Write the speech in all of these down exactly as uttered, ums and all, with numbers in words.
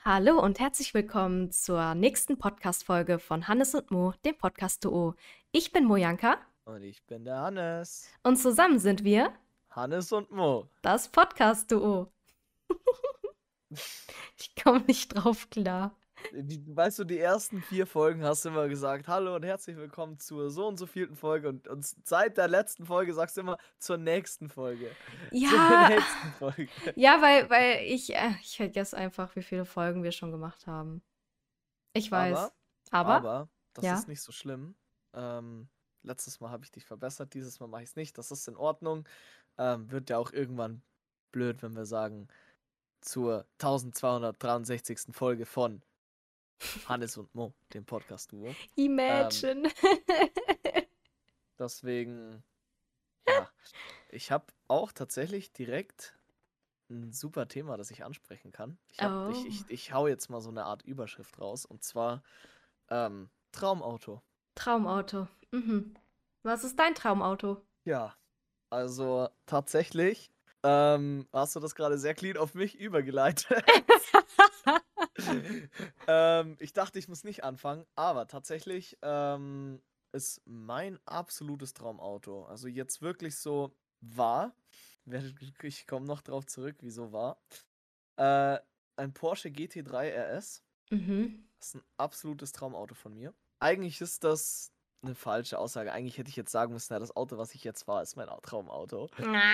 Hallo und herzlich willkommen zur nächsten Podcast-Folge von Hannes und Mo, dem Podcast-Duo. Ich bin Mojanka Und ich bin der Hannes. und zusammen sind wir Hannes und Mo. das Podcast-Duo. Ich komme nicht drauf klar. Die, weißt du, die ersten vier Folgen hast du immer gesagt, hallo und herzlich willkommen zur so und so vielten Folge. Und, und seit der letzten Folge sagst du immer zur nächsten Folge. Zur Ja, nächsten Folge. ja, weil, weil ich, äh, ich vergesse einfach, wie viele Folgen wir schon gemacht haben. Ich Aber, weiß. Aber, aber, das ja. ist nicht so schlimm. Ähm, letztes Mal habe ich dich verbessert, dieses Mal mache ich es nicht. Das ist in Ordnung. Ähm, wird ja auch irgendwann blöd, wenn wir sagen, zur eintausendzweihundertdreiundsechzigsten Folge von Hannes und Mo, dem Podcast-Duo. Ähm, Imagine. deswegen, ja, ich habe auch tatsächlich direkt ein super Thema, das ich ansprechen kann. Ich hab, ich, Oh, ich, ich hau jetzt mal so eine Art Überschrift raus, und zwar ähm, Traumauto. Traumauto. Mhm. Was ist dein Traumauto? Ja, also tatsächlich ähm, hast du das gerade sehr clean auf mich übergeleitet. ähm, ich dachte, ich muss nicht anfangen, aber tatsächlich ähm, ist mein absolutes Traumauto, also jetzt wirklich so war, ich komme noch drauf zurück, wieso war, äh, ein Porsche G T drei R S. Mhm. Das ist ein absolutes Traumauto von mir. Eigentlich ist das eine falsche Aussage. Eigentlich hätte ich jetzt sagen müssen, ja, das Auto, was ich jetzt fahre, ist mein Traumauto.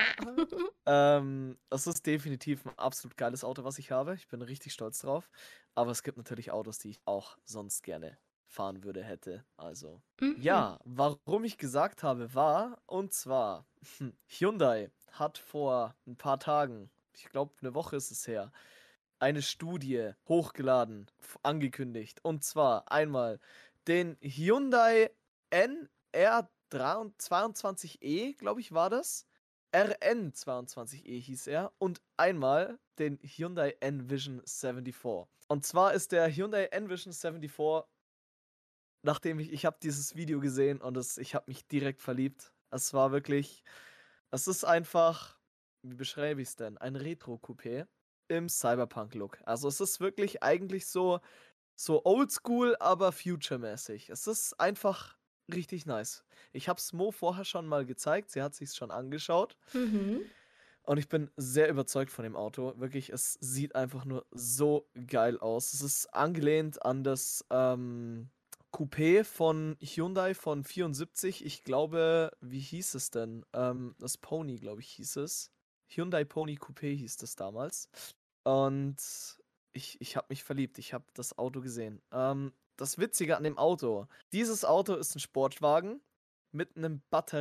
Ähm, es ist definitiv ein absolut geiles Auto, was ich habe. Ich bin richtig stolz drauf. Aber es gibt natürlich Autos, die ich auch sonst gerne fahren würde, hätte. Also, Mhm. ja, warum ich gesagt habe, war, und zwar, Hyundai hat vor ein paar Tagen, ich glaube, eine Woche ist es her, eine Studie hochgeladen, f- angekündigt. Und zwar einmal den Hyundai N R zweiundzwanzig E, glaube ich, war das. R N zweiundzwanzig E hieß er. Und einmal den Hyundai Envision vierundsiebzig. Und zwar ist der Hyundai Envision vierundsiebzig, nachdem ich, ich habe dieses Video gesehen und es, ich habe mich direkt verliebt. Es war wirklich, es ist einfach, wie beschreibe ich es denn? Ein Retro-Coupé im Cyberpunk-Look. Also es ist wirklich eigentlich so, so oldschool, aber future-mäßig. Es ist einfach richtig nice. Ich habe es Mo vorher schon mal gezeigt, sie hat sich's schon angeschaut Mhm. und ich bin sehr überzeugt von dem Auto. Wirklich, es sieht einfach nur so geil aus. Es ist angelehnt an das ähm, Coupé von Hyundai von vierundsiebzig. Ich glaube, wie hieß es denn? Ähm, das Pony, glaube ich, hieß es. Hyundai Pony Coupé hieß das damals. Und ich, ich habe mich verliebt. Ich habe das Auto gesehen. Ähm, das Witzige an dem Auto: Dieses Auto ist ein Sportwagen mit einem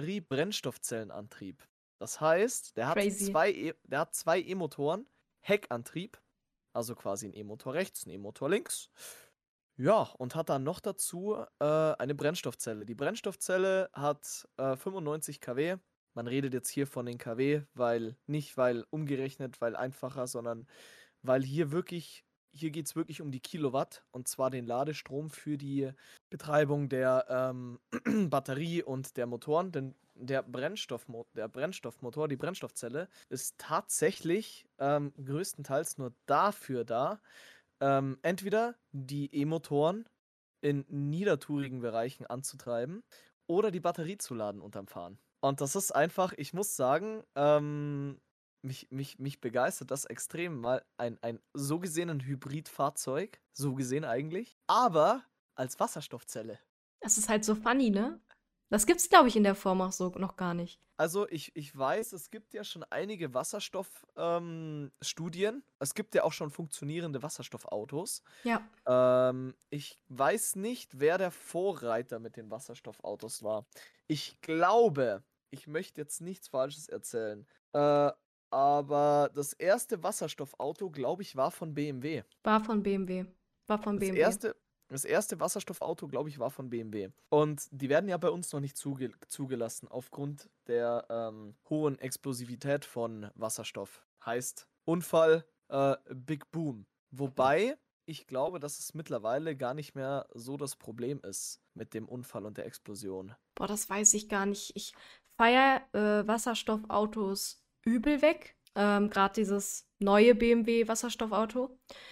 Batterie-Brennstoffzellenantrieb. Das heißt, der hat Crazy. zwei, e der hat zwei E-Motoren, Heckantrieb, also quasi ein E-Motor rechts, ein E-Motor links. Ja, und hat dann noch dazu äh, eine Brennstoffzelle. Die Brennstoffzelle hat äh, fünfundneunzig Kilowatt. Man redet jetzt hier von den Kilowatt, weil nicht weil umgerechnet, weil einfacher, sondern weil hier wirklich, hier geht es wirklich um die Kilowatt, und zwar den Ladestrom für die Betreibung der ähm, Batterie und der Motoren, denn der Brennstoffmo der Brennstoffmotor, die Brennstoffzelle, ist tatsächlich ähm, größtenteils nur dafür da, ähm, entweder die E-Motoren in niedertourigen Bereichen anzutreiben oder die Batterie zu laden unterm Fahren. Und das ist einfach, ich muss sagen, ähm, mich, mich, mich begeistert das extrem, mal ein, ein so gesehen Hybridfahrzeug, so gesehen eigentlich, aber als Wasserstoffzelle. Das ist halt so funny, ne? Das gibt's, glaube ich, in der Form auch so noch gar nicht. Also ich, ich weiß, es gibt ja schon einige Wasserstoffstudien. Ähm, Studien. Es gibt ja auch schon funktionierende Wasserstoffautos. Ja. Ähm, ich weiß nicht, wer der Vorreiter mit den Wasserstoffautos war. Ich glaube, ich möchte jetzt nichts Falsches erzählen. Äh, aber das erste Wasserstoffauto, glaube ich, war von B M W. War von B M W. War von Das B M W. erste, das erste Wasserstoffauto, glaube ich, war von B M W. Und die werden ja bei uns noch nicht zuge zugelassen aufgrund der ähm, hohen Explosivität von Wasserstoff. Heißt Unfall, äh, Big Boom. Wobei ich glaube, dass es mittlerweile gar nicht mehr so das Problem ist mit dem Unfall und der Explosion. Boah, das weiß ich gar nicht. Ich feiere äh, Wasserstoffautos übel weg. Ähm, Gerade dieses neue B M W-Wasserstoffauto.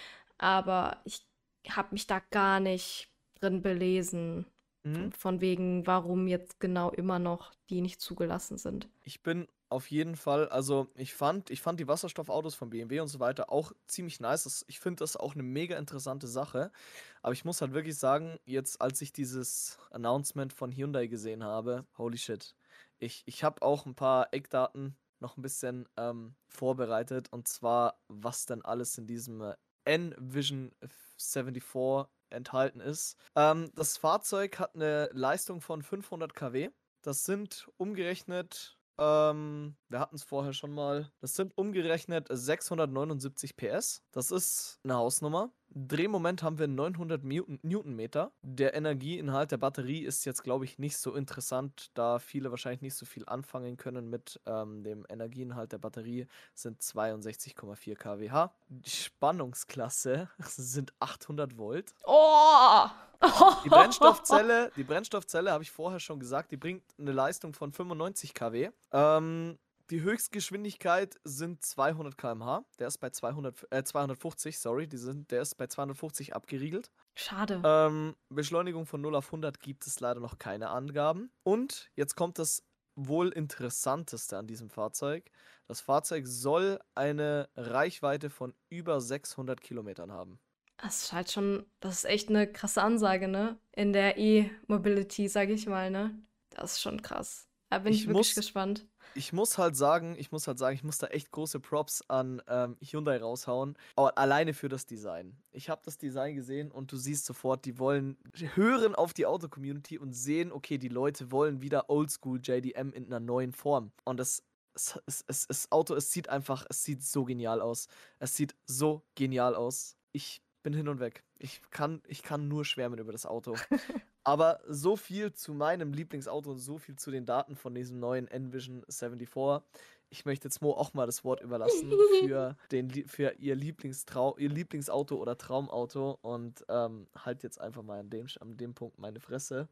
aber ich habe mich da gar nicht drin belesen, Mhm. von wegen, warum jetzt genau immer noch die nicht zugelassen sind. Ich bin auf jeden Fall, also ich fand, ich fand die Wasserstoffautos von B M W und so weiter auch ziemlich nice. Das, ich finde das auch eine mega interessante Sache. Aber ich muss halt wirklich sagen, jetzt als ich dieses Announcement von Hyundai gesehen habe, holy shit. Ich, ich habe auch ein paar Eckdaten noch ein bisschen ähm, vorbereitet. Und zwar, was denn alles in diesem äh, N-Vision vierundsiebzig enthalten ist. Ähm, das Fahrzeug hat eine Leistung von fünfhundert Kilowatt. Das sind umgerechnet, ähm, wir hatten es vorher schon mal, das sind umgerechnet sechshundertneunundsiebzig P S. Das ist eine Hausnummer. Drehmoment haben wir neunhundert Newton, Newtonmeter. Der Energieinhalt der Batterie ist jetzt, glaube ich, nicht so interessant, da viele wahrscheinlich nicht so viel anfangen können mit ähm, dem Energieinhalt der Batterie, sind zweiundsechzig Komma vier Kilowatt. Die Spannungsklasse sind achthundert Volt. Oh! Die Brennstoffzelle, die Brennstoffzelle, habe ich vorher schon gesagt, die bringt eine Leistung von fünfundneunzig Kilowatt. Ähm, die Höchstgeschwindigkeit sind zweihundert Kilometer pro Stunde. Der ist bei zweihundert, äh, zweihundertfünfzig, sorry, die sind, der ist bei zweihundertfünfzig abgeriegelt. Schade. Ähm, Beschleunigung von null auf hundert gibt es leider noch keine Angaben. Und jetzt kommt das wohl interessanteste an diesem Fahrzeug. Das Fahrzeug soll eine Reichweite von über sechshundert Kilometern haben. Das ist halt schon, das ist echt eine krasse Ansage, ne? In der E-Mobility, sag ich mal, ne? Das ist schon krass. Da bin ich Ich wirklich muss gespannt. Ich muss halt sagen, ich muss halt sagen, ich muss da echt große Props an ähm, Hyundai raushauen. Aber alleine für das Design. Ich habe das Design gesehen und du siehst sofort, die wollen hören auf die Auto-Community und sehen, okay, die Leute wollen wieder Oldschool J D M in einer neuen Form. Und das, es, es, es, das Auto, es sieht einfach, es sieht so genial aus. Es sieht so genial aus. Ich bin hin und weg. Ich kann, ich kann nur schwärmen über das Auto. Aber so viel zu meinem Lieblingsauto und so viel zu den Daten von diesem neuen N-Vision vierundsiebzig. Ich möchte jetzt Mo auch mal das Wort überlassen für, den, Lie- für ihr, Lieblingstrau ihr Lieblingsauto oder Traumauto und ähm, halt jetzt einfach mal an dem, an dem Punkt meine Fresse.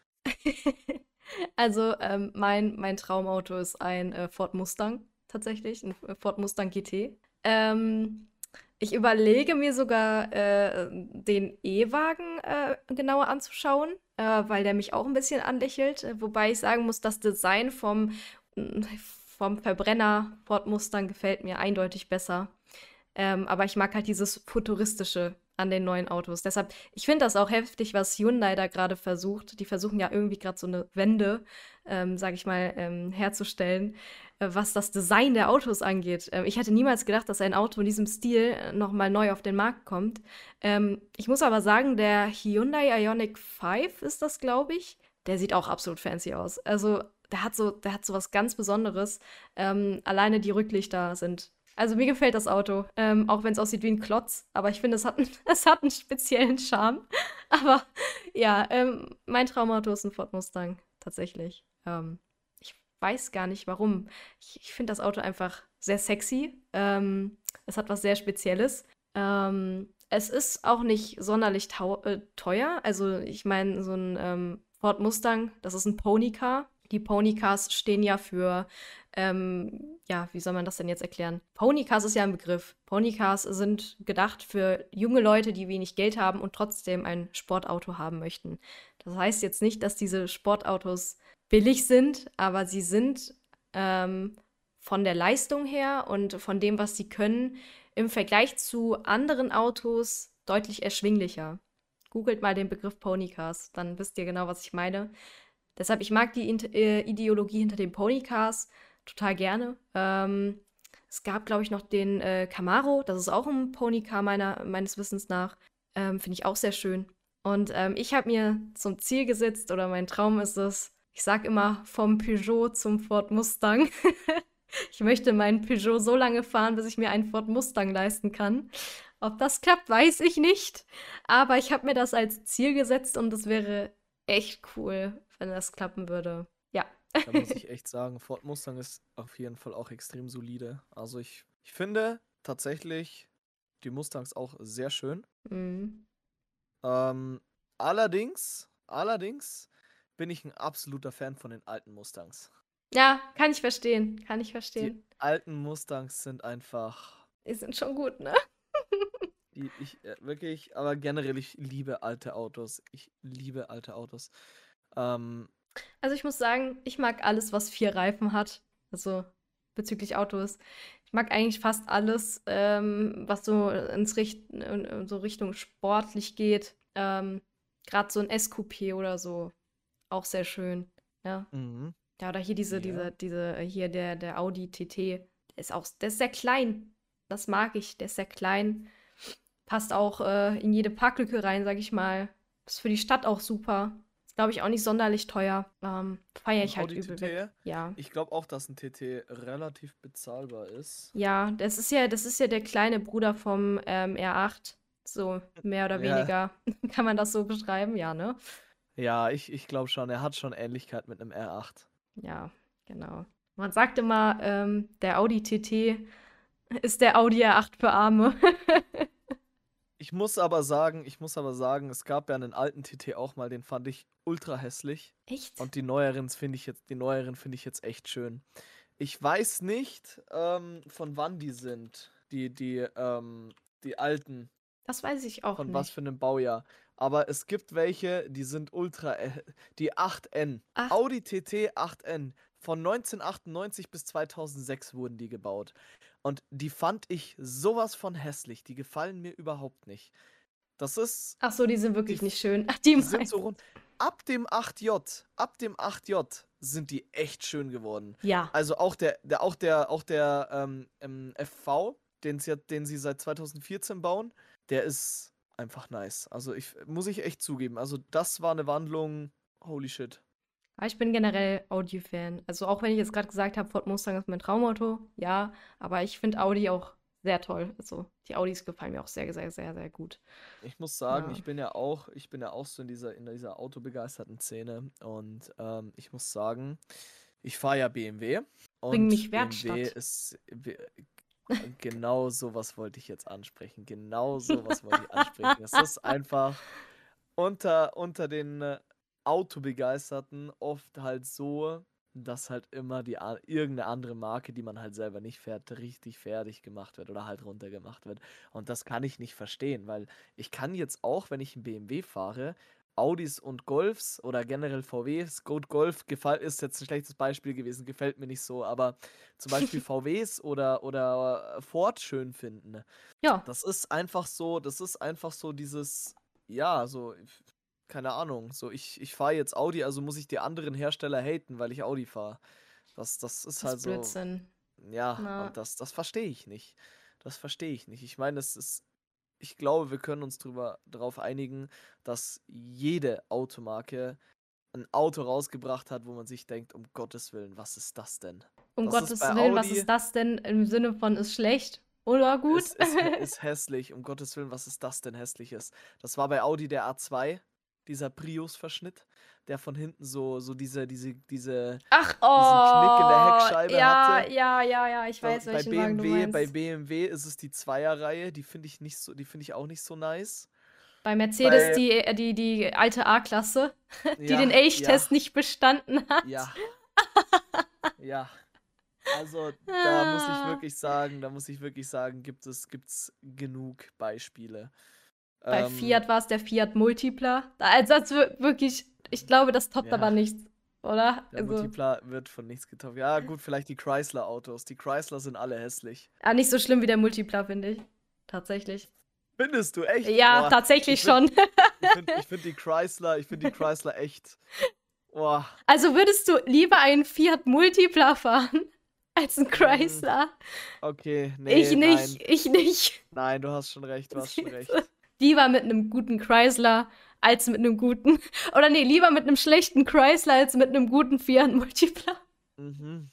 Also, ähm, mein, mein Traumauto ist ein äh, Ford Mustang, tatsächlich, ein F- Ford Mustang G T. Ähm, ich überlege mir sogar, äh, den E-Wagen äh, genauer anzuschauen, äh, weil der mich auch ein bisschen anlächelt. Äh, wobei ich sagen muss, das Design vom, mm, vom Verbrenner Ford Mustang gefällt mir eindeutig besser. Ähm, aber ich mag halt dieses Futuristische an den neuen Autos. Deshalb, ich finde das auch heftig, was Hyundai da gerade versucht. Die versuchen ja irgendwie gerade so eine Wende, ähm, sag ich mal, ähm, herzustellen, äh, was das Design der Autos angeht. Ähm, ich hätte niemals gedacht, dass ein Auto in diesem Stil äh, nochmal neu auf den Markt kommt. Ähm, ich muss aber sagen, der Hyundai Ioniq fünf ist das, glaube ich. Der sieht auch absolut fancy aus. Also, der hat so, der hat so was ganz Besonderes. Ähm, alleine die Rücklichter sind, also mir gefällt das Auto, ähm, auch wenn es aussieht wie ein Klotz, aber ich finde, es hat, 'n- es hat einen speziellen Charme. Aber ja, ähm, mein Traumauto ist ein Ford Mustang, tatsächlich. Ähm, ich weiß gar nicht warum. Ich, ich finde das Auto einfach sehr sexy. Ähm, es hat was sehr Spezielles. Ähm, es ist auch nicht sonderlich tau äh, teuer. Also ich meine, so ein ähm, Ford Mustang, das ist ein Ponycar. Die Ponycars stehen ja für ähm, ja, wie soll man das denn jetzt erklären? Ponycars ist ja ein Begriff. Ponycars sind gedacht für junge Leute, die wenig Geld haben und trotzdem ein Sportauto haben möchten. Das heißt jetzt nicht, dass diese Sportautos billig sind, aber sie sind ähm, von der Leistung her und von dem, was sie können, im Vergleich zu anderen Autos deutlich erschwinglicher. Googelt mal den Begriff Ponycars, dann wisst ihr genau, was ich meine. Deshalb, ich mag die Int- äh, Ideologie hinter den Ponycars total gerne. Ähm, es gab, glaube ich, noch den äh, Camaro. Das ist auch ein Ponycar meiner, meines Wissens nach. Ähm, Finde ich auch sehr schön. Und ähm, ich habe mir zum Ziel gesetzt, oder mein Traum ist es, ich sage immer, vom Peugeot zum Ford Mustang. Ich möchte meinen Peugeot so lange fahren, bis ich mir einen Ford Mustang leisten kann. Ob das klappt, weiß ich nicht. Aber ich habe mir das als Ziel gesetzt und es wäre echt cool, wenn das klappen würde. Ja. Da muss ich echt sagen, Ford Mustang ist auf jeden Fall auch extrem solide. Also ich, ich finde tatsächlich die Mustangs auch sehr schön. Mhm. Ähm, allerdings, allerdings bin ich ein absoluter Fan von den alten Mustangs. Ja, kann ich verstehen. Kann ich Die verstehen. alten Mustangs sind einfach, Die sind schon gut, ne? Die, ich, äh, wirklich, aber generell, ich liebe alte Autos. Ich liebe alte Autos. Ähm, Also ich muss sagen, ich mag alles, was vier Reifen hat. Also bezüglich Autos. Ich mag eigentlich fast alles, ähm, was so ins Richt in so Richtung sportlich geht. Ähm, Gerade so ein S-Coupé oder so. Auch sehr schön. Ja. mhm. Ja, oder hier diese, Ja. diese, diese, hier der, der Audi T T. Der ist auch, der ist sehr klein. Das mag ich. Der ist sehr klein. Passt auch äh, in jede Parklücke rein, sag ich mal. Ist für die Stadt auch super. Ist, glaube ich, auch nicht sonderlich teuer. Ähm, Feiere Ein ich halt Audi übel weg. T T. Ja. Ich glaube auch, dass ein T T relativ bezahlbar ist. Ja, das ist ja, das ist ja der kleine Bruder vom ähm, R acht. So, mehr oder Ja, weniger. Kann man das so beschreiben? Ja, ne? ja, ich, ich glaube schon, er hat schon Ähnlichkeit mit einem R acht. Ja, genau. Man sagt immer, ähm, der Audi T T ist der Audi R acht für Arme. Ich muss aber sagen, ich muss aber sagen, es gab ja einen alten T T auch mal, den fand ich ultra hässlich. Echt? Und die neueren finde ich jetzt, die neueren finde ich jetzt echt schön. Ich weiß nicht, ähm, von wann die sind. Die, die, ähm, die alten. Das weiß ich auch Von was nicht. für einem Baujahr. Aber es gibt welche, die sind ultra. Äh, die acht N. Ach, Audi T T acht N. Von neunzehnhundertachtundneunzig bis zweitausendsechs wurden die gebaut. Und die fand ich sowas von hässlich. Die gefallen mir überhaupt nicht. Das ist. ach so, die sind Die, wirklich f- nicht schön. Ach, die die sind meinst so rund. Ab dem acht J, ab dem acht J sind die echt schön geworden. Ja. Also auch der, der, auch der, auch der ähm, ähm, F V, den sie, den sie seit zweitausendvierzehn bauen, der ist einfach nice. Also ich muss ich echt zugeben. Also das war eine Wandlung. Holy shit. Aber ich bin generell Audi-Fan. Also auch wenn ich jetzt gerade gesagt habe, Ford Mustang ist mein Traumauto, ja, aber ich finde Audi auch sehr toll. Also die Audis gefallen mir auch sehr, sehr, sehr, sehr gut. Ich muss sagen, Ja. ich bin ja auch, ich bin ja auch so in dieser, in dieser autobegeisterten Szene. Und ähm, ich muss sagen, ich fahre ja B M W Bring und mich B M W Werkstatt. ist. Genau sowas wollte ich jetzt ansprechen. Genau sowas wollte ich ansprechen. Es ist einfach unter, unter den äh, Autobegeisterten oft halt so, dass halt immer die a- irgendeine andere Marke, die man halt selber nicht fährt, richtig fertig gemacht wird oder halt runtergemacht wird. Und das kann ich nicht verstehen, weil ich kann jetzt auch, wenn ich einen B M W fahre, Audis und Golfs oder generell V Ws, Goat Golf gefällt, ist jetzt ein schlechtes Beispiel gewesen, gefällt mir nicht so, aber zum Beispiel V Ws oder, oder Ford schön finden. Ja, Das ist einfach so, das ist einfach so dieses, ja, so, keine Ahnung, so ich, ich fahre jetzt Audi, also muss ich die anderen Hersteller haten, weil ich Audi fahre. Das, das ist das halt ist so, Blödsinn. ja, Na, und das, das verstehe ich nicht. Das verstehe ich nicht. Ich meine, es ist, ich glaube, wir können uns drüber, darauf einigen, dass jede Automarke ein Auto rausgebracht hat, wo man sich denkt, um Gottes Willen, was ist das denn? um Das ist Gottes bei Willen, was Audi, ist das denn im Sinne von ist schlecht oder gut? ist, ist, hä- ist hässlich, um Gottes Willen, was ist das denn hässliches? Das war bei Audi der A zwei, dieser Prius-Verschnitt, der von hinten so, so diese, diese, diese, Ach, diesen Knick in der oh, Heckscheibe ja, hatte. ja, ja, ja, ich Da, weiß, bei welchen Wagen du B M W, bei meinst. B M W ist es die Zweierreihe, die finde ich nicht so, die finde ich auch nicht so nice. Bei Mercedes Bei, die, äh, die, die alte A-Klasse, die den ja, ja, Elchtest nicht bestanden hat. ja, ja. Also da muss ich Ah. wirklich sagen, da muss ich wirklich sagen, gibt es, gibt's genug Beispiele. Bei Ähm, Fiat war es der Fiat Multipla. Also das wir- wirklich, ich glaube, das toppt aber ja, nichts, oder? der Also, Multipla wird von nichts getoppt. Ja, gut, vielleicht die Chrysler-Autos. Die Chrysler sind alle hässlich. ah, nicht so schlimm wie der Multipla, finde ich. Tatsächlich. Findest du echt? Ja, Boah, ich tatsächlich finde schon. ich find, ich find die Chrysler, ich finde die Chrysler echt. Boah. Also würdest du lieber einen Fiat Multipla fahren als einen mm, Chrysler? Okay, Ich nee, nicht, nein. ich nicht. Nein, du hast schon recht, du hast schon Siehst recht. du? Lieber mit einem guten Chrysler als mit einem guten. Oder nee, lieber mit einem schlechten Chrysler als mit einem guten Fiat Multipla. Mhm.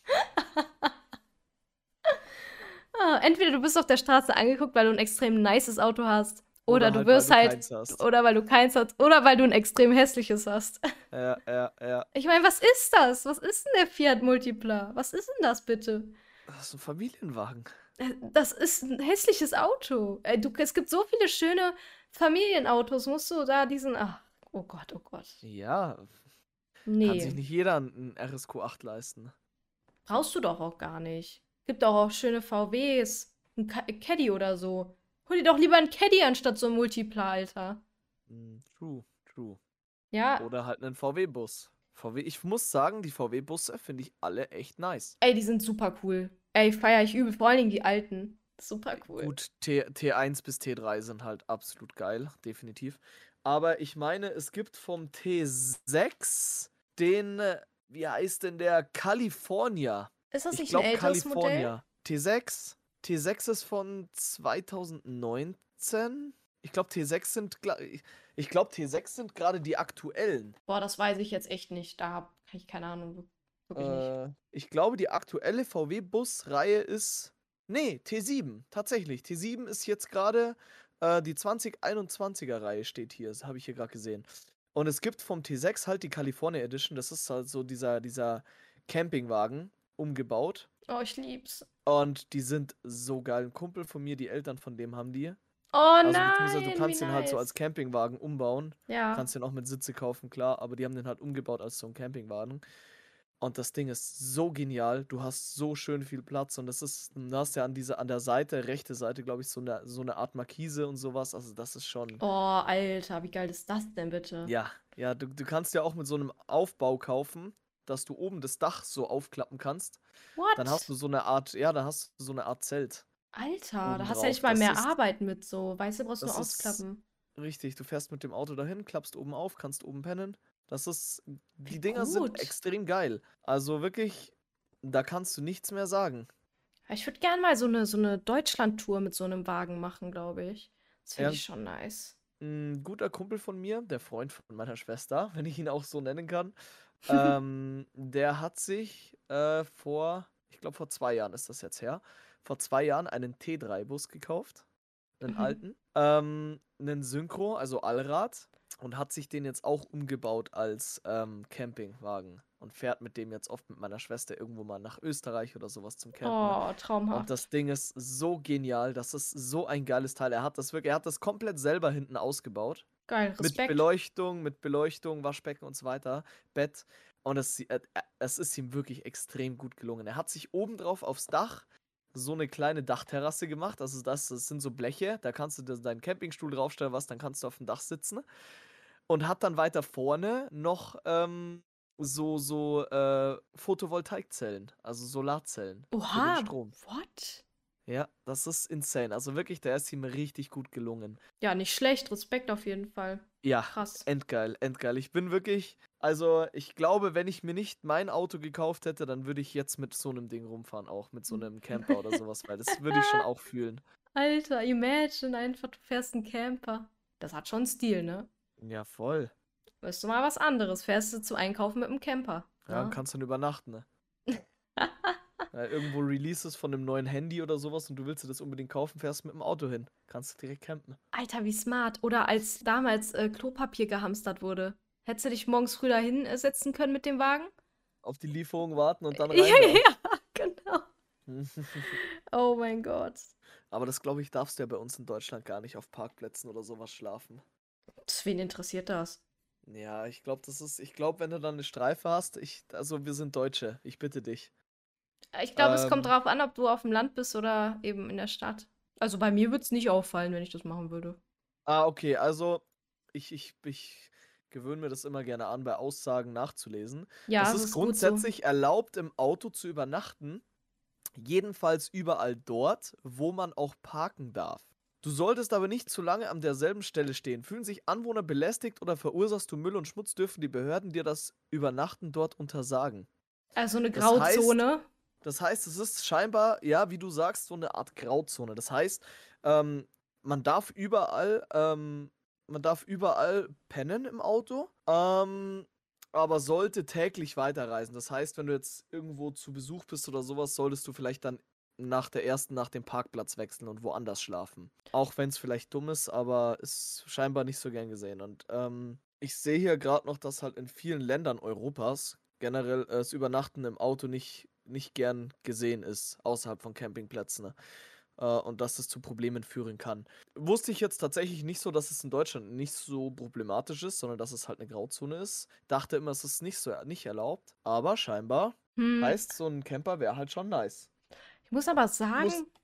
Ah, entweder du bist auf der Straße angeguckt, weil du ein extrem nices Auto hast. Oder Oder du halt, weil wirst du halt. keins hast. Oder weil du keins hast. Oder weil du ein extrem hässliches hast. Ja, ja, ja. Ich meine, was ist das? Was ist denn der Fiat Multipla? Was ist denn das bitte? Das ist ein Familienwagen. Äh, Das ist ein hässliches Auto. Äh, Du, es gibt so viele schöne Familienautos. Musst du da diesen. Ach, oh Gott, oh Gott. Ja, kann sich Nee. nicht jeder einen R S Q acht leisten. Brauchst du doch auch gar nicht. Gibt doch auch schöne V Ws. Ein Ca- Caddy oder so. Hol dir doch lieber einen Caddy anstatt so ein Multipla, Alter. Mm, true, true. Ja, Oder halt einen V W-Bus. V W, ich muss sagen, die V W-Busse finde ich alle echt nice. ey, die sind super cool. Ey, feier ich übel. Vor allen Dingen die alten. Super cool. Gut, T, T1 bis T drei sind halt absolut geil, definitiv. Aber ich meine, es gibt vom T sechs den, äh, wie heißt denn der? California. Ist das Ich nicht ein glaube älteres Modell? California. T sechs. T sechs ist von zweitausendneunzehn. Ich glaube T sechs sind, gla- ich ich glaube T sechs sind gerade die aktuellen. Boah, das weiß ich jetzt echt nicht. Da hab ich keine Ahnung. wir- Wirklich nicht. Äh, ich glaube, die aktuelle V W-Bus-Reihe ist. Nee, T sieben, tatsächlich. T sieben ist jetzt gerade äh, die zwanzig einundzwanziger-Reihe, steht hier. Das habe ich hier gerade gesehen. Und es gibt vom T sechs halt die California Edition. Das ist halt so dieser, dieser Campingwagen umgebaut. Oh, ich lieb's. Und die sind so geil. Ein Kumpel von mir, die Eltern von dem haben die. Oh Also beziehungsweise du nein, wie kannst den halt so als nice. Campingwagen umbauen. Ja. Kannst den auch mit Sitze kaufen, klar. Aber die haben den halt umgebaut als so ein Campingwagen. Und das Ding ist so genial. Du hast so schön viel Platz. Und das ist, du hast ja an dieser, an der Seite, rechte Seite, glaube ich, so eine, so eine Art Markise und sowas. Also das ist schon. Oh, Alter, wie geil ist das denn bitte? Ja, ja, du, du kannst ja auch mit so einem Aufbau kaufen, dass du oben das Dach so aufklappen kannst. Dann hast What? du so eine Art, ja, dann hast du so eine Art Zelt Alter, da oben hast du ja nicht drauf. mal Das mehr ist, Arbeit mit so. Weißt du, brauchst nur das ist ausklappen. richtig. Du fährst mit dem Auto dahin, klappst oben auf, kannst oben pennen. Das ist, Wie die Dinger sind gut. extrem geil. Also wirklich, da kannst du nichts mehr sagen. Ich würde gern mal so eine, so eine Deutschland-Tour mit so einem Wagen machen, glaube ich. Das Ja, finde ich schon nice. ein guter Kumpel von mir, der Freund von meiner Schwester, wenn ich ihn auch so nennen kann, ähm, der hat sich äh, vor, ich glaube vor zwei Jahren ist das jetzt her, vor zwei Jahren einen T drei Bus gekauft, einen Mhm. alten, ähm, einen Synchro, also Allrad, und hat sich den jetzt auch umgebaut als ähm, Campingwagen und fährt mit dem jetzt oft mit meiner Schwester irgendwo mal nach Österreich oder sowas zum Campen. Oh, Und das traumhaft. Ding ist so genial, das ist so ein geiles Teil. Er hat das wirklich, er hat das komplett selber hinten ausgebaut. Geil, Mit Respekt. Beleuchtung, mit Beleuchtung, Waschbecken und so weiter, Bett. Und es, äh, äh, es ist ihm wirklich extrem gut gelungen. Er hat sich obendrauf aufs Dach so eine kleine Dachterrasse gemacht. Also das, das sind so Bleche, da kannst du dir deinen Campingstuhl draufstellen, was, dann kannst du auf dem Dach sitzen. Und hat dann weiter vorne noch ähm, so, so äh, Photovoltaikzellen, also Solarzellen für den Oha, Strom. what? Ja, das ist insane. Also wirklich, der ist ihm richtig gut gelungen. Ja, nicht schlecht. Respekt auf jeden Fall. Ja, Krass. endgeil, endgeil. Ich bin wirklich, also ich glaube, wenn ich mir nicht mein Auto gekauft hätte, dann würde ich jetzt mit so einem Ding rumfahren, auch mit so einem Camper oder sowas, weil das würde ich schon auch fühlen. Alter, imagine einfach, du fährst einen Camper. Das hat schon Stil, ne? Ja, voll. Weißt du mal was anderes? Fährst du zum Einkaufen mit dem Camper. Ja, und Ne? kannst dann übernachten, ne? Weil irgendwo Releases von einem neuen Handy oder sowas und du willst dir das unbedingt kaufen, fährst mit dem Auto hin. Kannst du direkt campen. Alter, wie smart. Oder als damals äh, Klopapier gehamstert wurde. Hättest du dich morgens früh dahin äh, setzen können mit dem Wagen? Auf die Lieferung warten und dann Ja, rein da. ja, genau. Oh mein Gott. Aber das, glaube ich, darfst du ja bei uns in Deutschland gar nicht auf Parkplätzen oder sowas schlafen. Pff, wen interessiert das? Ja, ich glaube, das ist, ich glaube, wenn du dann eine Streife hast, ich, also wir sind Deutsche, ich bitte dich. Ich glaube, es kommt Ähm, drauf an, ob du auf dem Land bist oder eben in der Stadt. Also bei mir würde es nicht auffallen, wenn ich das machen würde. ah, okay, also ich, ich, ich gewöhne mir das immer gerne an, bei Aussagen nachzulesen. Ja, Es es ist ist gut so. grundsätzlich erlaubt, im Auto zu übernachten, jedenfalls überall dort, wo man auch parken darf. Du solltest aber nicht zu lange an derselben Stelle stehen. Fühlen sich Anwohner belästigt oder verursachst du Müll und Schmutz, dürfen die Behörden dir das Übernachten dort untersagen. Also eine Das heißt, Grauzone. das heißt, es ist scheinbar, ja, wie du sagst, so eine Art Grauzone. Das heißt, ähm, man darf überall, ähm, man darf überall pennen im Auto, ähm, aber sollte täglich weiterreisen. Das heißt, wenn du jetzt irgendwo zu Besuch bist oder sowas, solltest du vielleicht dann nach der ersten Nacht den Parkplatz wechseln und woanders schlafen. Auch wenn es vielleicht dumm ist, aber ist scheinbar nicht so gern gesehen. Und ähm, ich sehe hier gerade noch, dass halt in vielen Ländern Europas generell äh, das Übernachten im Auto nicht, nicht gern gesehen ist, außerhalb von Campingplätzen. Ne? Äh, und dass das zu Problemen führen kann. Wusste ich jetzt tatsächlich nicht so, dass es in Deutschland nicht so problematisch ist, sondern dass es halt eine Grauzone ist. Dachte immer, es ist nicht so nicht erlaubt, aber scheinbar Hm. heißt, so ein Camper wäre halt schon nice. Ich muss aber Muss, sagen,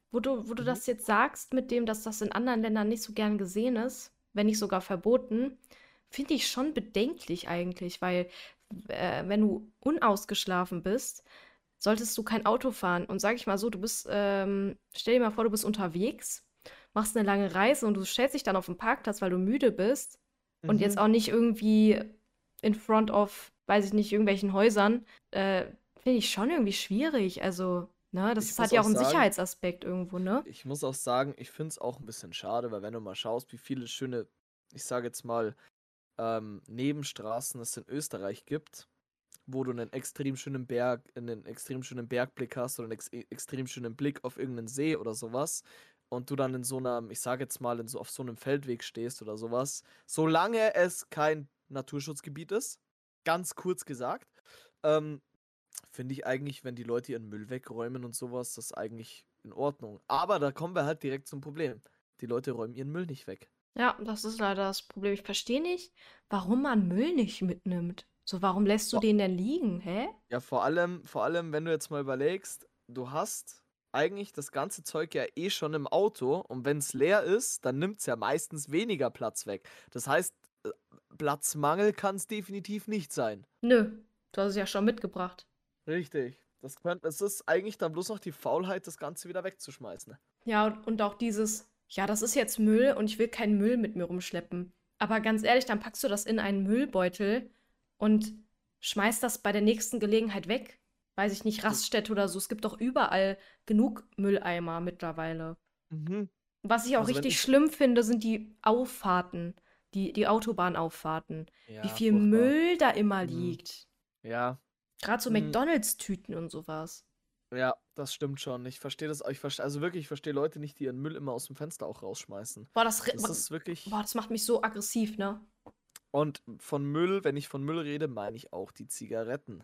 wo du, wo du Mhm. das jetzt sagst, mit dem, dass das in anderen Ländern nicht so gern gesehen ist, wenn nicht sogar verboten, finde ich schon bedenklich eigentlich, weil äh, wenn du unausgeschlafen bist, solltest du kein Auto fahren. Und sag ich mal so, du bist, ähm, stell dir mal vor, du bist unterwegs, machst eine lange Reise und du stellst dich dann auf den Parkplatz, weil du müde bist und jetzt Mhm. auch nicht irgendwie in front of, weiß ich nicht, irgendwelchen Häusern, äh, finde ich schon irgendwie schwierig. Also, ne, das Ich ist- hat muss ja auch auch einen sagen, Sicherheitsaspekt irgendwo, ne? ich muss auch sagen, ich finde es auch ein bisschen schade, weil wenn du mal schaust, wie viele schöne, ich sage jetzt mal, ähm, Nebenstraßen es in Österreich gibt, wo du einen extrem schönen Berg, einen extrem schönen Bergblick hast oder einen ex e, extrem schönen Blick auf irgendeinen See oder sowas und du dann in so einer, ich sage jetzt mal, in so auf so einem Feldweg stehst oder sowas, solange es kein Naturschutzgebiet ist, ganz kurz gesagt, ähm, finde ich eigentlich, wenn die Leute ihren Müll wegräumen und sowas, das eigentlich in Ordnung. Aber da kommen wir halt direkt zum Problem. Die Leute räumen ihren Müll nicht weg. Ja, das ist leider das Problem. Ich verstehe nicht, warum man Müll nicht mitnimmt. So, warum lässt du Vor den denn liegen? Hä? Ja, vor allem, vor allem, wenn du jetzt mal überlegst, du hast eigentlich das ganze Zeug ja eh schon im Auto und wenn es leer ist, dann nimmt es ja meistens weniger Platz weg. Das heißt, äh, Platzmangel kann es definitiv nicht sein. Nö, du hast es ja schon mitgebracht. Richtig. Das könnte, es ist eigentlich dann bloß noch die Faulheit, das Ganze wieder wegzuschmeißen. Ja, und, und auch dieses, ja, das ist jetzt Müll und ich will keinen Müll mit mir rumschleppen. Aber ganz ehrlich, dann packst du das in einen Müllbeutel und schmeißt das bei der nächsten Gelegenheit weg. Weiß ich nicht, So, Raststätte oder so. Es gibt doch überall genug Mülleimer mittlerweile. mhm. Was ich auch Also wenn richtig ich, schlimm finde, sind die Auffahrten, die, die Autobahnauffahrten. Wie ja, viel furchtbar. Müll da immer Mhm. liegt. Ja. Gerade so Mhm. McDonalds-Tüten und sowas. Ja, das stimmt schon. Ich verstehe das, ich verstehe, also wirklich, ich verstehe Leute nicht, die ihren Müll immer aus dem Fenster auch rausschmeißen. Boah, das, ri- Das ist boah, wirklich. das macht mich so aggressiv, ne? Und von Müll, wenn ich von Müll rede, meine ich auch die Zigaretten.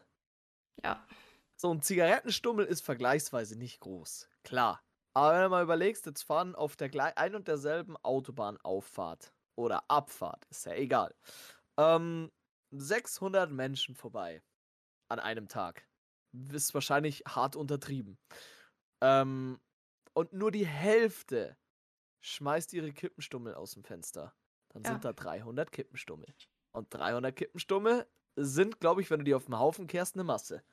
Ja. So ein Zigarettenstummel ist vergleichsweise nicht groß. Klar. Aber wenn du mal überlegst, jetzt fahren auf der gleich ein und derselben Autobahnauffahrt oder Abfahrt, ist ja egal, ähm, sechshundert Menschen vorbei an einem Tag. Ist wahrscheinlich hart untertrieben. Ähm, und nur die Hälfte schmeißt ihre Kippenstummel aus dem Fenster. Dann Ja. sind da dreihundert Kippenstummel. Und dreihundert Kippenstummel sind, glaube ich, wenn du die auf den Haufen kehrst, eine Masse.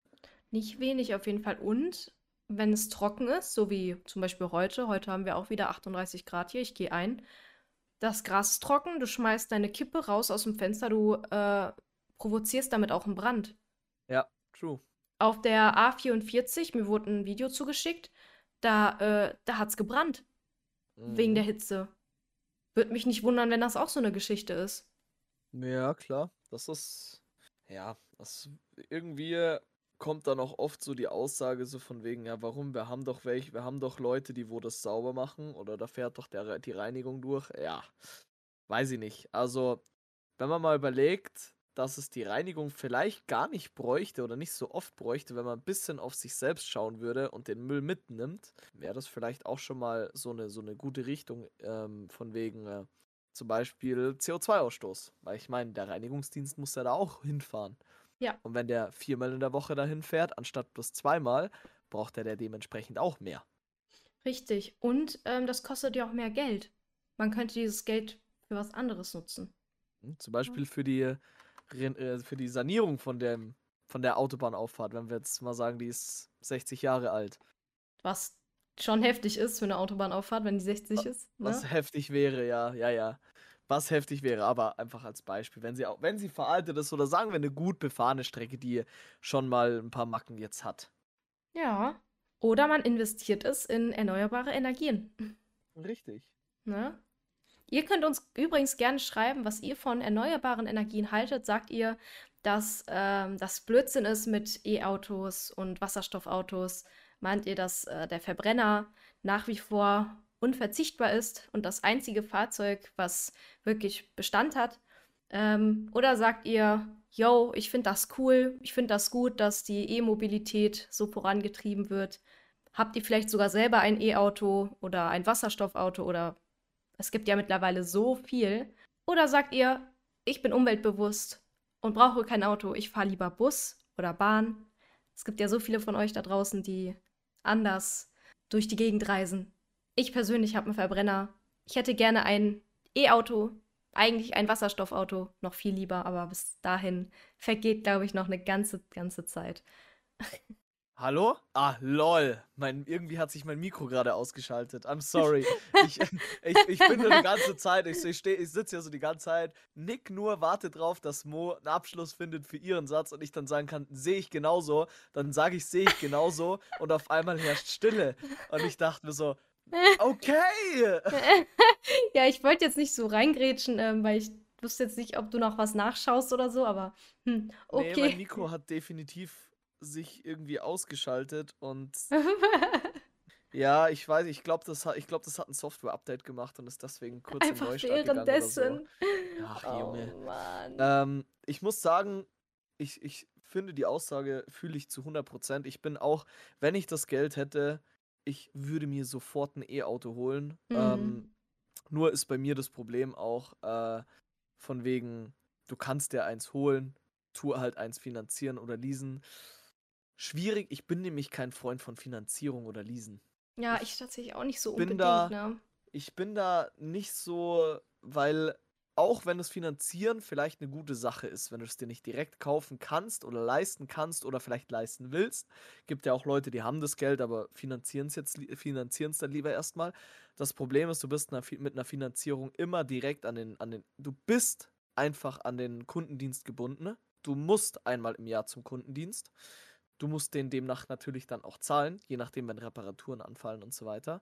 Nicht wenig auf jeden Fall. Und wenn es trocken ist, so wie zum Beispiel heute, heute haben wir auch wieder achtunddreißig Grad hier, ich gehe ein. Das Gras ist trocken, du schmeißt deine Kippe raus aus dem Fenster, du äh, provozierst damit auch einen Brand. Ja, true. Auf der A vierundvierzig, mir wurde ein Video zugeschickt, da, äh, da hat's gebrannt, wegen Mhm. der Hitze. Würde mich nicht wundern, wenn das auch so eine Geschichte ist. Ja, klar. Das ist, ja, das irgendwie kommt dann auch oft so die Aussage so von wegen, ja, warum? Wir haben doch welche, wir haben doch Leute, die wo das sauber machen oder da fährt doch der, die Reinigung durch. Ja, weiß ich nicht. Also, wenn man mal überlegt, dass es die Reinigung vielleicht gar nicht bräuchte oder nicht so oft bräuchte, wenn man ein bisschen auf sich selbst schauen würde und den Müll mitnimmt, wäre das vielleicht auch schon mal so eine, so eine gute Richtung, ähm, von wegen äh, zum Beispiel C O zwei Ausstoß. Weil ich meine, der Reinigungsdienst muss ja da auch hinfahren. Ja, Und wenn der viermal in der Woche dahin fährt, anstatt bloß zweimal, braucht er der dementsprechend auch mehr. richtig. Und ähm, das kostet ja auch mehr Geld. Man könnte dieses Geld für was anderes nutzen. Hm? Zum Ja. Beispiel für die, Ren- äh, für die Sanierung von dem, von der Autobahnauffahrt, wenn wir jetzt mal sagen, die ist sechzig Jahre alt. Was schon heftig ist für eine Autobahnauffahrt, wenn die sechzig ist, Was ne? heftig wäre, ja, ja, ja. Was heftig wäre, aber einfach als Beispiel, wenn sie auch, wenn sie veraltet ist oder sagen wir eine gut befahrene Strecke, die schon mal ein paar Macken jetzt hat. Ja. Oder man investiert es in erneuerbare Energien, Richtig. ne? Ihr könnt uns übrigens gerne schreiben, was ihr von erneuerbaren Energien haltet. Sagt ihr, dass ähm, das Blödsinn ist mit E-Autos und Wasserstoffautos? Meint ihr, dass äh, der Verbrenner nach wie vor unverzichtbar ist und das einzige Fahrzeug, was wirklich Bestand hat? Ähm, oder sagt ihr, yo, ich finde das cool, ich finde das gut, dass die E-Mobilität so vorangetrieben wird? Habt ihr vielleicht sogar selber ein E-Auto oder ein Wasserstoffauto oder es gibt ja mittlerweile so viel. Oder sagt ihr, ich bin umweltbewusst und brauche kein Auto, ich fahre lieber Bus oder Bahn. Es gibt ja so viele von euch da draußen, die anders durch die Gegend reisen. Ich persönlich habe einen Verbrenner. Ich hätte gerne ein E-Auto, eigentlich ein Wasserstoffauto, noch viel lieber, aber bis dahin vergeht, glaube ich, noch eine ganze, ganze Zeit. Hallo? Ah, lol. Mein, irgendwie hat sich mein Mikro gerade ausgeschaltet. I'm sorry. Ich, ich, ich bin nur die ganze Zeit, ich, ich, steh- ich sitze hier so die ganze Zeit, nick nur, warte drauf, dass Mo einen Abschluss findet für ihren Satz und ich dann sagen kann, sehe ich genauso. Dann sage ich, sehe ich genauso und auf einmal herrscht Stille. Und ich dachte mir so, okay. Ja, ich wollte jetzt nicht so reingrätschen, ähm, weil ich wusste jetzt nicht, ob du noch was nachschaust oder so, aber hm, Nee, mein okay. Mikro hat definitiv sich irgendwie ausgeschaltet und ja, ich weiß, ich glaube, das hat, ich glaube, das hat ein Software-Update gemacht und ist deswegen kurz in Einfach Neustart gegangen oder so. währenddessen. Ach, Junge. Oh Mann. Ähm, ich muss sagen, ich, ich finde die Aussage fühle ich zu hundert Prozent. Ich bin auch, wenn ich das Geld hätte, ich würde mir sofort ein E-Auto holen. Mhm. Ähm, nur ist bei mir das Problem auch äh, von wegen, du kannst dir eins holen, tu halt eins finanzieren oder leasen. Schwierig, ich bin nämlich kein Freund von Finanzierung oder Leasen. Ja, ich Ich tatsächlich auch nicht so bin unbedingt, da, ne? ich bin da nicht so, weil auch wenn das Finanzieren vielleicht eine gute Sache ist, wenn du es dir nicht direkt kaufen kannst oder leisten kannst oder vielleicht leisten willst, gibt ja auch Leute, die haben das Geld, aber finanzieren es jetzt, li- finanzieren es dann lieber erstmal. Das Problem ist, du bist einer Fi- mit einer Finanzierung immer direkt an den, an den, du bist einfach an den Kundendienst gebunden. Ne? Du musst einmal im Jahr zum Kundendienst. Du musst den demnach natürlich dann auch zahlen, je nachdem, wenn Reparaturen anfallen und so weiter.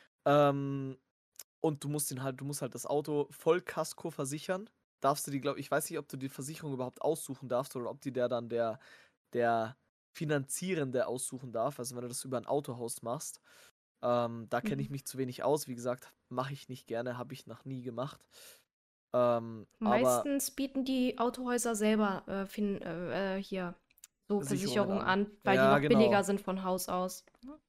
Ähm, und du musst ihn halt, du musst halt das Auto Vollkasko versichern. Darfst du die, glaube ich, weiß nicht, ob du die Versicherung überhaupt aussuchen darfst oder ob die der dann der, der Finanzierende aussuchen darf. Also wenn du das über ein Autohaus machst. Ähm, da kenne Mhm. ich mich zu wenig aus. Wie gesagt, mache ich nicht gerne, habe ich noch nie gemacht. Ähm, aber Meistens bieten die Autohäuser selber äh, fin äh, äh, hier so Versicherungen Versicherungen an. an, weil die Ja, noch billiger genau. sind von Haus aus.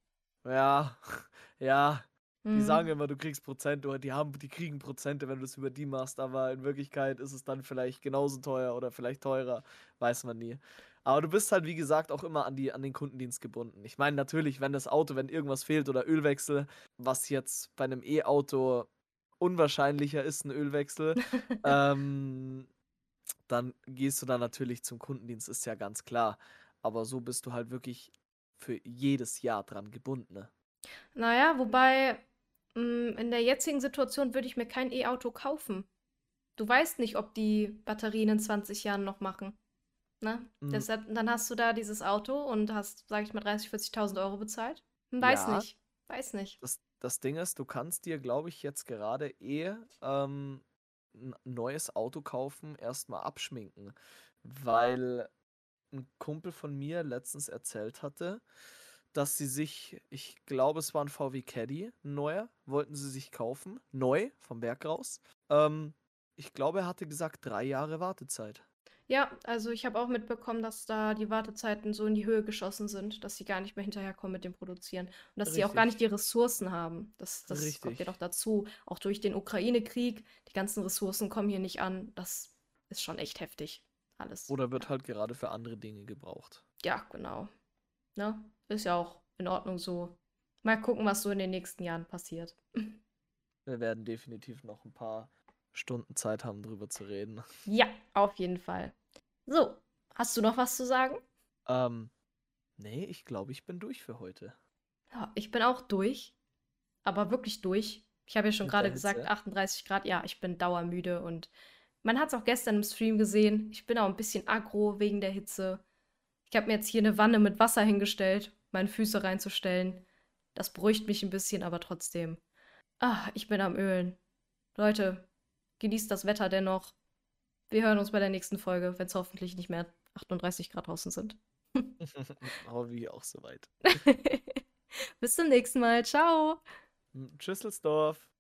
Ja, ja. Die sagen Mhm. immer, du kriegst Prozente oder die haben, die kriegen Prozente, wenn du es über die machst, aber in Wirklichkeit ist es dann vielleicht genauso teuer oder vielleicht teurer, weiß man nie. Aber du bist halt, wie gesagt, auch immer an die, an den Kundendienst gebunden. Ich meine, natürlich, wenn das Auto, wenn irgendwas fehlt oder Ölwechsel, was jetzt bei einem E-Auto unwahrscheinlicher ist, ein Ölwechsel, ähm, dann gehst du da natürlich zum Kundendienst, ist ja ganz klar. Aber so bist du halt wirklich für jedes Jahr dran gebunden, ne? Naja, wobei mh, in der jetzigen Situation würde ich mir kein E-Auto kaufen. Du weißt nicht, ob die Batterien in zwanzig Jahren noch machen. Ne? Mm, Deshalb, dann hast du da dieses Auto und hast, sag ich mal, dreißigtausend, vierzigtausend Euro bezahlt. Hm, Weiß ja, nicht. Weiß nicht. das, das Ding ist, du kannst dir, glaube ich, jetzt gerade eh ähm, ein neues Auto kaufen, erstmal abschminken. Weil ein Kumpel von mir letztens erzählt hatte, dass sie sich, ich glaube, es war ein V W Caddy, ein neuer, wollten sie sich kaufen, neu, vom Berg raus. Ähm, ich glaube, er hatte gesagt, drei Jahre Wartezeit. Ja, also ich habe auch mitbekommen, dass da die Wartezeiten so in die Höhe geschossen sind, dass sie gar nicht mehr hinterherkommen mit dem Produzieren und dass sie auch gar nicht Richtig, die Ressourcen haben. Das, das kommt ja richtig. noch dazu. Auch durch den Ukraine-Krieg, die ganzen Ressourcen kommen hier nicht an. Das ist schon echt heftig. Alles. Oder wird Ja, halt gerade für andere Dinge gebraucht. ja, genau. Ne? Ist ja auch in Ordnung so. Mal gucken, was so in den nächsten Jahren passiert. Wir werden definitiv noch ein paar Stunden Zeit haben, drüber zu reden. Ja, auf jeden Fall. So, hast du noch was zu sagen? Ähm, nee, ich glaube, ich bin durch für heute. Ja, ich bin auch durch, aber wirklich durch. Ich habe ja schon Mit der gerade gesagt, Hitze. achtunddreißig Grad, ja, ich bin dauermüde und man hat es auch gestern im Stream gesehen. Ich bin auch ein bisschen aggro wegen der Hitze. Ich habe mir jetzt hier eine Wanne mit Wasser hingestellt, meine Füße reinzustellen. Das beruhigt mich ein bisschen, aber trotzdem. Ah, ich bin am Ölen. Leute, genießt das Wetter dennoch. Wir hören uns bei der nächsten Folge, wenn es hoffentlich nicht mehr achtunddreißig Grad draußen sind. Hoffe ich auch soweit. Bis zum nächsten Mal. Ciao. Tschüsselsdorf.